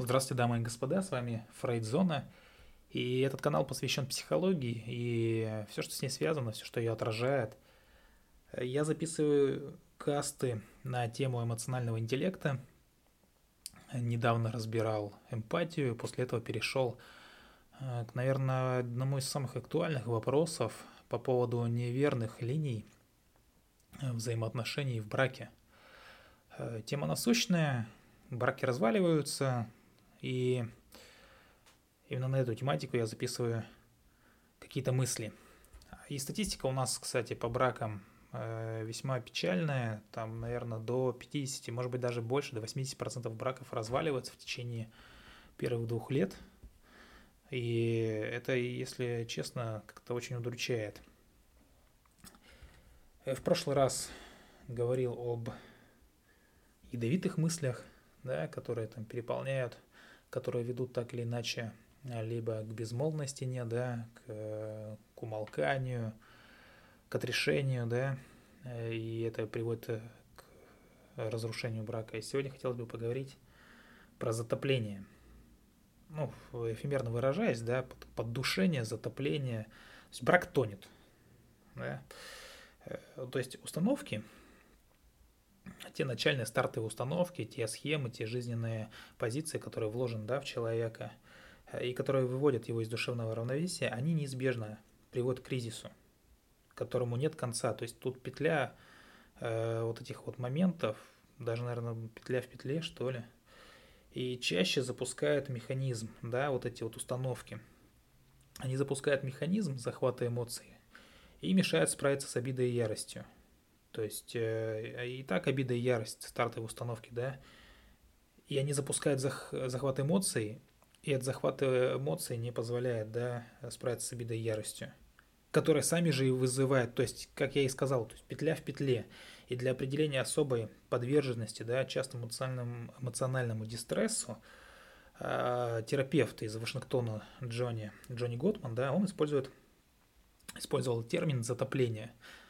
Здравствуйте, дамы и господа, с вами Фрейдзона, и этот канал посвящен психологии и все, что с ней связано, все, что ее отражает. Я записываю касты на тему эмоционального интеллекта, недавно разбирал эмпатию, после этого перешел к, наверное, одному из самых актуальных вопросов по поводу неверных линий взаимоотношений в браке. Тема насущная, браки разваливаются, и именно на эту тематику я записываю какие-то мысли. И статистика у нас, кстати, по бракам весьма печальная. Там, наверное, до 50, может быть, даже больше, до 80% браков разваливается в течение первых 2 лет. И это, если честно, как-то очень удручает. В прошлый раз говорил об ядовитых мыслях, да, которые там переполняют, которые ведут так или иначе либо к безмолвности, да, к умолканию, к отрешению, да, и это приводит к разрушению брака. И сегодня хотелось бы поговорить про затопление. Ну, эфемерно выражаясь, да, поддушение, затопление. То есть брак тонет. Да. То есть установки, те начальные стартовые установки, те схемы, те жизненные позиции, которые вложены, да, в человека, и которые выводят его из душевного равновесия, они неизбежно приводят к кризису, которому нет конца. То есть тут петля вот этих вот моментов, даже, наверное, петля в петле, что ли, и чаще запускают механизм, да, вот эти вот установки. Они запускают механизм захвата эмоций и мешают справиться с обидой и яростью. То есть и так обида и ярость стартовой установки, да, и они запускают захват эмоций, и от захвата эмоций не позволяет, да, справиться с обидой и яростью, которые сами же и вызывают, то есть, как я и сказал, то есть петля в петле. И для определения особой подверженности, да, часто эмоциональному дистрессу, терапевт из Вашингтона Джонни Готман, да, он использовал термин затопление.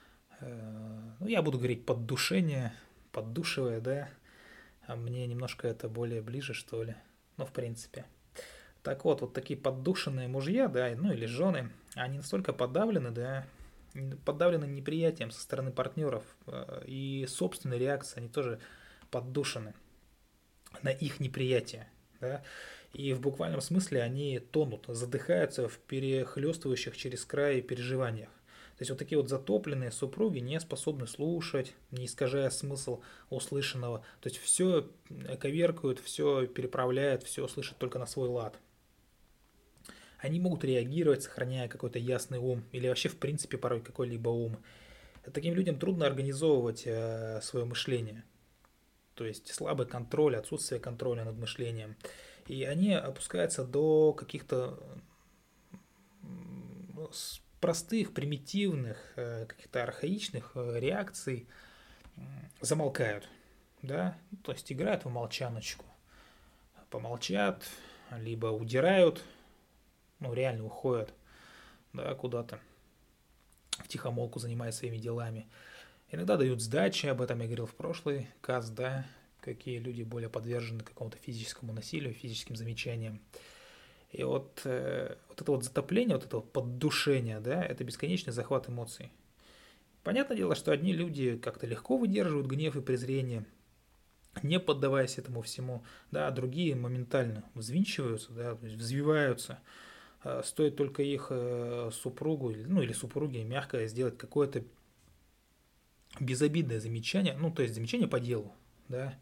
Ну, я буду говорить поддушение, поддушивая, да, а мне немножко это более ближе, что ли, ну, в принципе. Так вот, вот такие поддушенные мужья, да, ну или жены, они настолько подавлены, да, подавлены неприятием со стороны партнеров и собственной реакцией, они тоже поддушены на их неприятие, да, и в буквальном смысле они тонут, задыхаются в перехлестывающих через край переживаниях. То есть вот такие вот затопленные супруги не способны слушать, не искажая смысл услышанного. То есть все коверкают, все переправляют, все слышат только на свой лад. Они могут реагировать, сохраняя какой-то ясный ум или вообще в принципе порой какой-либо ум. Таким людям трудно организовывать свое мышление. То есть слабый контроль, отсутствие контроля над мышлением. И они опускаются до каких-то простых, примитивных, каких-то архаичных реакций, замолкают. Да? То есть играют в молчаночку. Помолчат, либо удирают, ну реально уходят, да, куда-то в тихомолку, занимаясь своими делами. Иногда дают сдачи, об этом я говорил в прошлый каст, да, какие люди более подвержены какому-то физическому насилию, физическим замечаниям. И вот это вот затопление, вот это вот поддушение, да, это бесконечный захват эмоций. Понятное дело, что одни люди как-то легко выдерживают гнев и презрение, не поддаваясь этому всему, да, а другие моментально взвинчиваются, да, то есть взвиваются. Стоит только их супругу, ну или супруге мягко сделать какое-то безобидное замечание, ну то есть замечание по делу, да,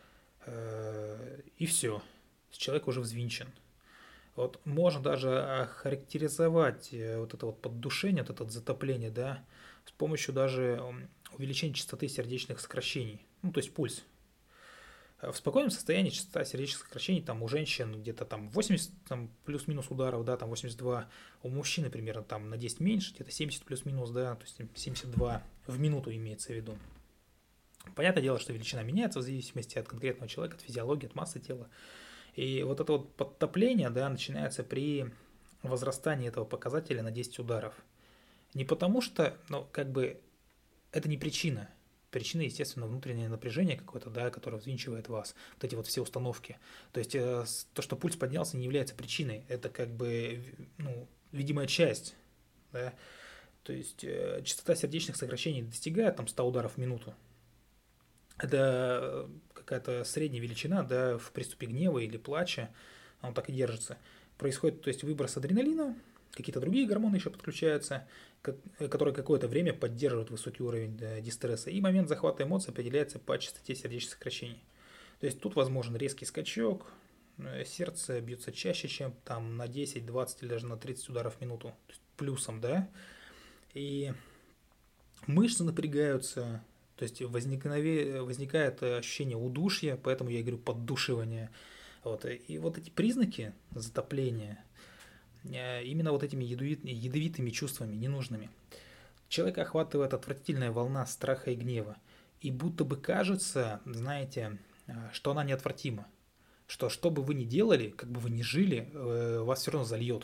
и все, человек уже взвинчен. Вот можно даже охарактеризовать вот это вот поддушение, вот это вот затопление, да, с помощью даже увеличения частоты сердечных сокращений, ну то есть пульс. В спокойном состоянии частота сердечных сокращений там у женщин где-то там 80 там, плюс-минус ударов, да, там 82, у мужчины примерно там на 10 меньше, где-то 70 плюс-минус, да, то есть 72 в минуту имеется в виду. Понятное дело, что величина меняется в зависимости от конкретного человека, от физиологии, от массы тела. И вот это вот подтопление, да, начинается при возрастании этого показателя на 10 ударов. Не потому что, ну, как бы, это не причина. Причина, естественно, внутреннее напряжение какое-то, да, которое взвинчивает вас. Вот эти вот все установки. То есть то, что пульс поднялся, не является причиной. Это как бы, ну, видимая часть, да. То есть частота сердечных сокращений достигает там 100 ударов в минуту. Это какая-то средняя величина, да, в приступе гнева или плача, он так и держится. Происходит, то есть, выброс адреналина, какие-то другие гормоны еще подключаются, которые какое-то время поддерживают высокий уровень, да, дистресса. И момент захвата эмоций определяется по частоте сердечных сокращений. То есть тут возможен резкий скачок, сердце бьется чаще, чем там на 10, 20 или даже на 30 ударов в минуту. То есть плюсом, да. И мышцы напрягаются, то есть возникает ощущение удушья, поэтому я говорю поддушивание. Вот. И вот эти признаки затопления именно вот этими ядовитыми чувствами, ненужными. Человека охватывает отвратительная волна страха и гнева. И будто бы кажется, знаете, что она неотвратима. Что бы вы ни делали, как бы вы ни жили, вас все равно зальет.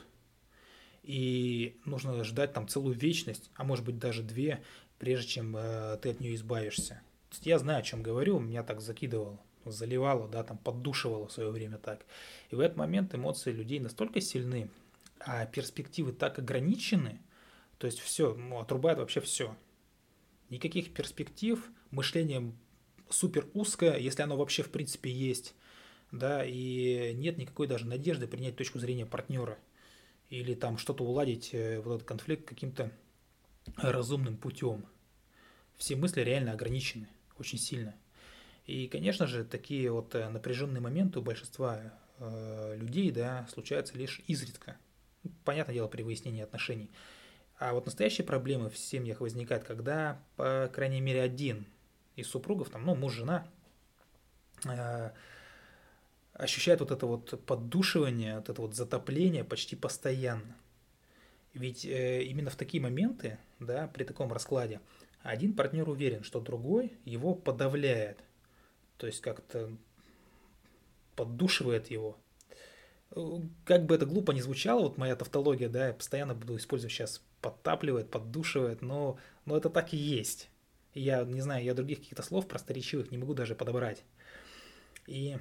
И нужно ждать там целую вечность, а может быть даже две, прежде чем ты от нее избавишься. То есть я знаю, о чем говорю, меня так закидывало, заливало, да, там поддушивало в свое время так. И в этот момент эмоции людей настолько сильны, а перспективы так ограничены, то есть все, ну, отрубает вообще все. Никаких перспектив, мышление супер узкое, если оно вообще в принципе есть, да, и нет никакой даже надежды принять точку зрения партнера или там что-то уладить, вот этот конфликт каким-то разумным путем. Все мысли реально ограничены, очень сильно. И, конечно же, такие вот напряженные моменты у большинства людей, да, случаются лишь изредка. Понятное дело, при выяснении отношений. А вот настоящие проблемы в семьях возникают, когда, по крайней мере, один из супругов, там, ну, муж, жена, э, ощущает вот это вот поддушивание, вот это вот затопление почти постоянно. Ведь именно в такие моменты, да, при таком раскладе, один партнер уверен, что другой его подавляет, то есть как-то поддушивает его. Как бы это глупо ни звучало, вот моя тавтология, да, я постоянно буду использовать сейчас подтапливает, поддушивает, но это так и есть. Я не знаю, я других каких-то слов просторечивых не могу даже подобрать. И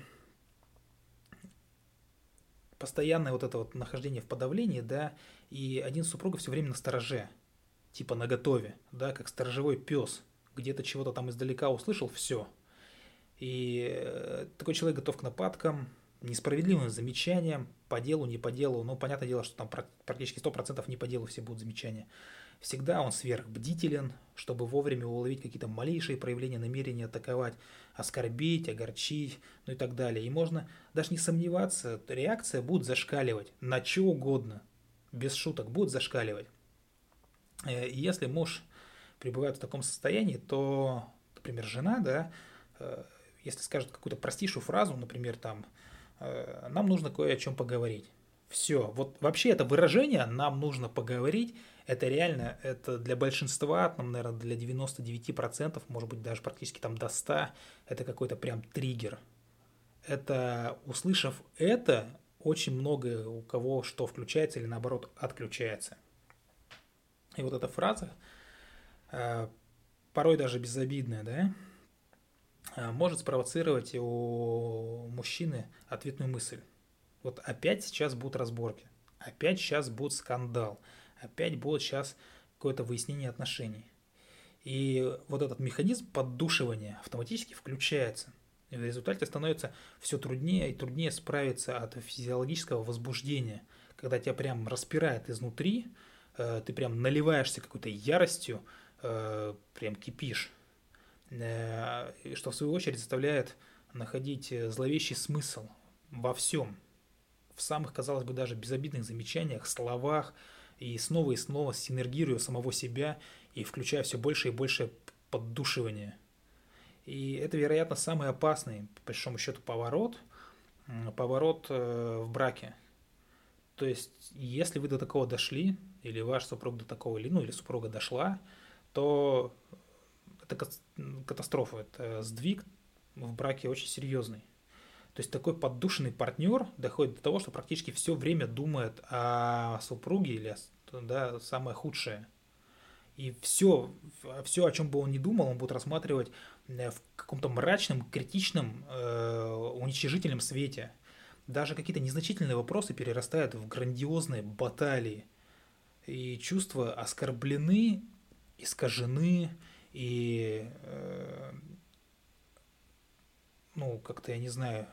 постоянное вот это вот нахождение в подавлении, да, и один из супругов все время на стороже, типа наготове, да, как сторожевой пес, где-то чего-то там издалека услышал, все. И такой человек готов к нападкам, несправедливым замечаниям, по делу, не по делу. Ну, понятное дело, что там практически 100% не по делу все будут замечания. Всегда он сверхбдителен, чтобы вовремя уловить какие-то малейшие проявления намерения атаковать, оскорбить, огорчить, ну и так далее. И можно даже не сомневаться, реакция будет зашкаливать на что угодно, без шуток, будет зашкаливать. И если муж пребывает в таком состоянии, то, например, жена, да, если скажет какую-то простейшую фразу, например, там, нам нужно кое о чем поговорить. Все. Вот вообще это выражение «нам нужно поговорить», это реально, это для большинства, там, наверное, для 99%, может быть, даже практически там до 100%, это какой-то прям триггер. Это, услышав это, очень много у кого что включается или наоборот отключается. И вот эта фраза, порой даже безобидная, да, может спровоцировать у мужчины ответную мысль. Вот опять сейчас будут разборки, опять сейчас будет скандал, опять будет сейчас какое-то выяснение отношений. И вот этот механизм поддушивания автоматически включается. И в результате становится все труднее и труднее справиться от физиологического возбуждения, когда тебя прям распирает изнутри, ты прям наливаешься какой-то яростью, прям кипишь, что в свою очередь заставляет находить зловещий смысл во всем, в самых, казалось бы, даже безобидных замечаниях, словах, и снова синергируя самого себя и включая все больше и больше поддушивания. И это, вероятно, самый опасный, по большому счету, поворот в браке. То есть, если вы до такого дошли, или ваш супруг до такого, или, ну, или супруга дошла, то это катастрофа, это сдвиг в браке очень серьезный. То есть такой поддушенный партнер доходит до того, что практически все время думает о супруге или, да, самое худшее. И все, о чем бы он ни думал, он будет рассматривать в каком-то мрачном, критичном, уничижительном свете. Даже какие-то незначительные вопросы перерастают в грандиозные баталии. И чувства оскорблены, искажены и, ну, как-то, я не знаю,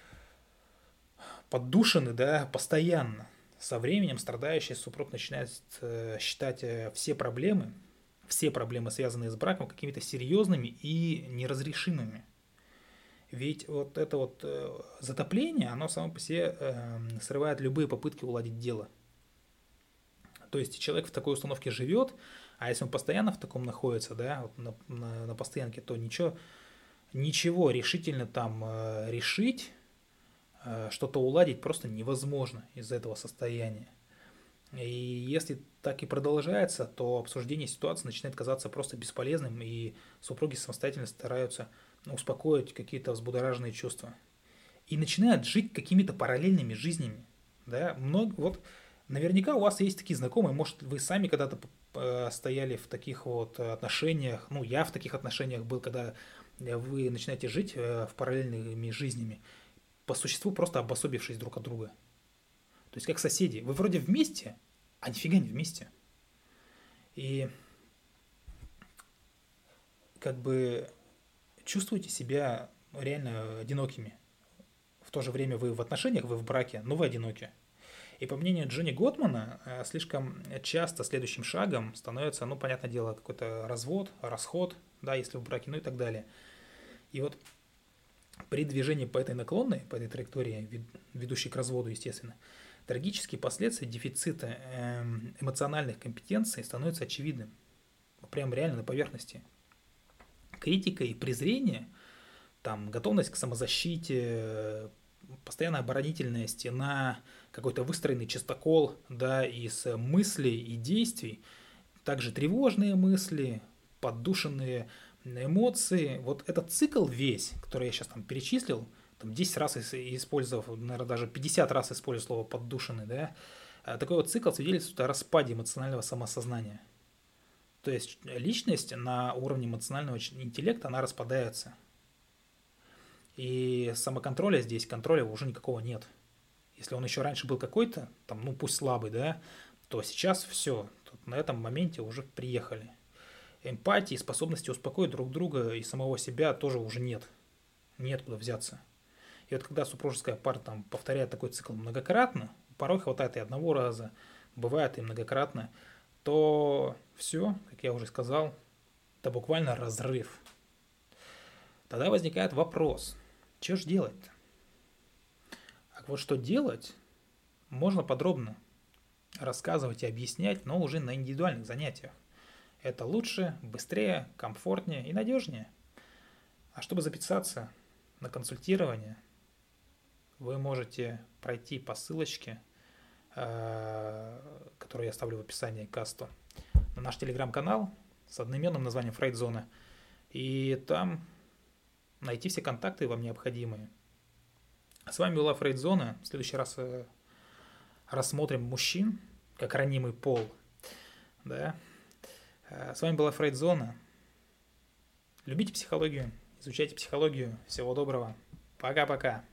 поддушены, да, постоянно. Со временем страдающий супруг начинает считать все проблемы, связанные с браком, какими-то серьезными и неразрешимыми. Ведь вот это вот затопление, оно само по себе срывает любые попытки уладить дело. То есть человек в такой установке живет, а если он постоянно в таком находится, да, вот на постоянке, то ничего решительно там решить, что-то уладить просто невозможно из-за этого состояния. И если так и продолжается, то обсуждение ситуации начинает казаться просто бесполезным, и супруги самостоятельно стараются успокоить какие-то взбудораженные чувства. И начинают жить какими-то параллельными жизнями. Да? Вот наверняка у вас есть такие знакомые, может, вы сами когда-то стояли в таких вот отношениях, ну, я в таких отношениях был, когда вы начинаете жить в параллельными жизнями, по существу просто обособившись друг от друга. То есть как соседи. Вы вроде вместе, а нифига не вместе. И как бы чувствуете себя реально одинокими. В то же время вы в отношениях, вы в браке, но вы одиноки. И по мнению Джонни Готмана, слишком часто следующим шагом становится, ну, понятное дело, какой-то развод, расход, да, если в браке, ну и так далее. И вот при движении по этой наклонной, по этой траектории, ведущей к разводу, естественно, трагические последствия дефицита эмоциональных компетенций становятся очевидным. Прям реально на поверхности. Критика и презрение, там, готовность к самозащите, постоянная оборонительная стена, какой-то выстроенный чистокол, да, из мыслей и действий, также тревожные мысли, поддушенные эмоции. Вот этот цикл весь, который я сейчас там перечислил, там 10 раз использовав, наверное, даже 50 раз использовав слово «поддушенный», да, такой вот цикл свидетельствует о распаде эмоционального самосознания. То есть личность на уровне эмоционального интеллекта, она распадается. И самоконтроля здесь, контроля уже никакого нет. Если он еще раньше был какой-то, там, ну пусть слабый, да, то сейчас все, тут на этом моменте уже приехали. Эмпатии, способности успокоить друг друга и самого себя тоже уже нет. Нет куда взяться. И вот когда супружеская пара там повторяет такой цикл многократно, порой хватает и одного раза, бывает и многократно, то все, как я уже сказал, это буквально разрыв. Тогда возникает вопрос, что же делать-то? А вот что делать, можно подробно рассказывать и объяснять, но уже на индивидуальных занятиях. Это лучше, быстрее, комфортнее и надежнее. А чтобы записаться на консультирование, вы можете пройти по ссылочке, которую я оставлю в описании к касту, на наш телеграм-канал с одноименным названием Фрейдзона. И там найти все контакты вам необходимые. С вами была Фрейдзона. В следующий раз рассмотрим мужчин как ранимый пол. Да? С вами была Фрейдзона. Любите психологию, изучайте психологию. Всего доброго. Пока-пока.